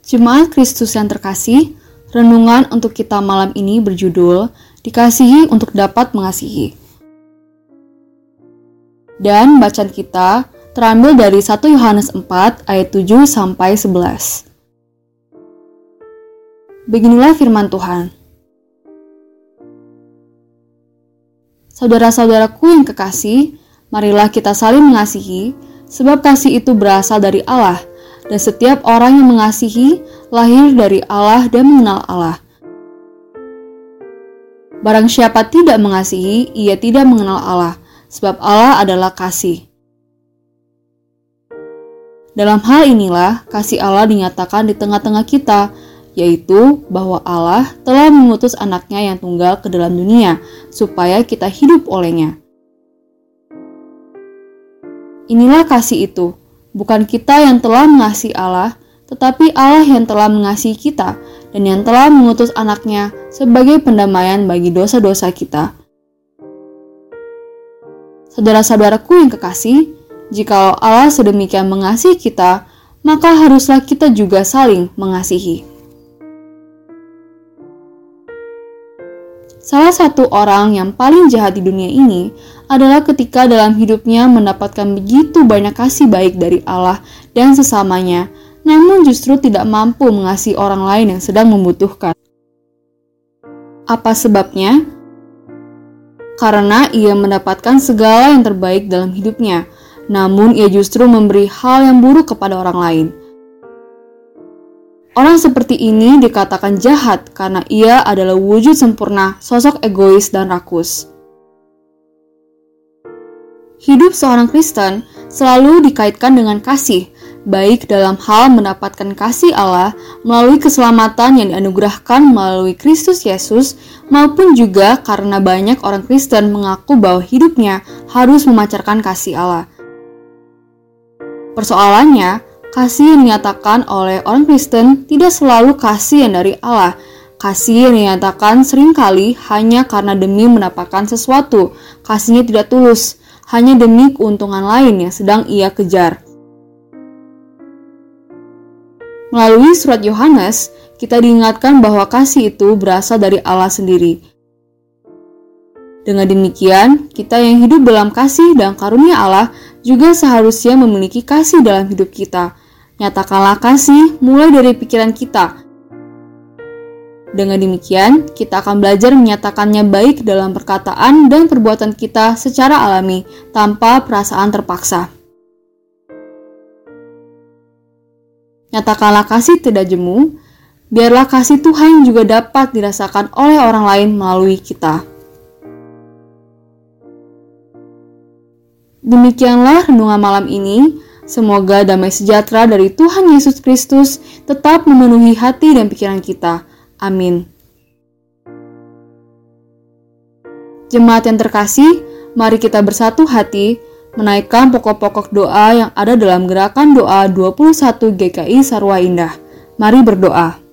Jemaat Kristus yang terkasih, renungan untuk kita malam ini berjudul Dikasihi untuk dapat mengasihi. Dan bacaan kita terambil dari 1 Yohanes 4 ayat 7 sampai 11. Beginilah firman Tuhan. Saudara-saudaraku yang kekasih, marilah kita saling mengasihi, sebab kasih itu berasal dari Allah, dan setiap orang yang mengasihi lahir dari Allah dan mengenal Allah. Barang siapa tidak mengasihi, ia tidak mengenal Allah, sebab Allah adalah kasih. Dalam hal inilah kasih Allah dinyatakan di tengah-tengah kita, yaitu bahwa Allah telah mengutus anaknya yang tunggal ke dalam dunia, supaya kita hidup olehnya. Inilah kasih itu, bukan kita yang telah mengasihi Allah, tetapi Allah yang telah mengasihi kita, dan yang telah mengutus anaknya sebagai pendamaian bagi dosa-dosa kita. Saudara-saudaraku yang kekasih, jikalau Allah sedemikian mengasihi kita, maka haruslah kita juga saling mengasihi. Salah satu orang yang paling jahat di dunia ini adalah ketika dalam hidupnya mendapatkan begitu banyak kasih baik dari Allah dan sesamanya, namun justru tidak mampu mengasihi orang lain yang sedang membutuhkan. Apa sebabnya? Karena ia mendapatkan segala yang terbaik dalam hidupnya, namun ia justru memberi hal yang buruk kepada orang lain. Orang seperti ini dikatakan jahat karena ia adalah wujud sempurna sosok egois dan rakus. Hidup seorang Kristen selalu dikaitkan dengan kasih, baik dalam hal mendapatkan kasih Allah melalui keselamatan yang dianugerahkan melalui Kristus Yesus, maupun juga karena banyak orang Kristen mengaku bahwa hidupnya harus memancarkan kasih Allah. Persoalannya, kasih yang dinyatakan oleh orang Kristen tidak selalu kasih yang dari Allah. Kasih yang dinyatakan seringkali hanya karena demi mendapatkan sesuatu. Kasihnya tidak tulus, hanya demi keuntungan lain yang sedang ia kejar. Melalui surat Yohanes, kita diingatkan bahwa kasih itu berasal dari Allah sendiri. Dengan demikian, kita yang hidup dalam kasih dan karunia Allah juga seharusnya memiliki kasih dalam hidup kita. Nyatakanlah kasih mulai dari pikiran kita. Dengan demikian, kita akan belajar menyatakannya baik dalam perkataan dan perbuatan kita secara alami, tanpa perasaan terpaksa. Nyatakanlah kasih tidak jemu, biarlah kasih Tuhan juga dapat dirasakan oleh orang lain melalui kita. Demikianlah renungan malam ini. Semoga damai sejahtera dari Tuhan Yesus Kristus tetap memenuhi hati dan pikiran kita. Amin. Jemaat yang terkasih, mari kita bersatu hati menaikkan pokok-pokok doa yang ada dalam gerakan doa 21 GKI Sarwa Indah. Mari berdoa.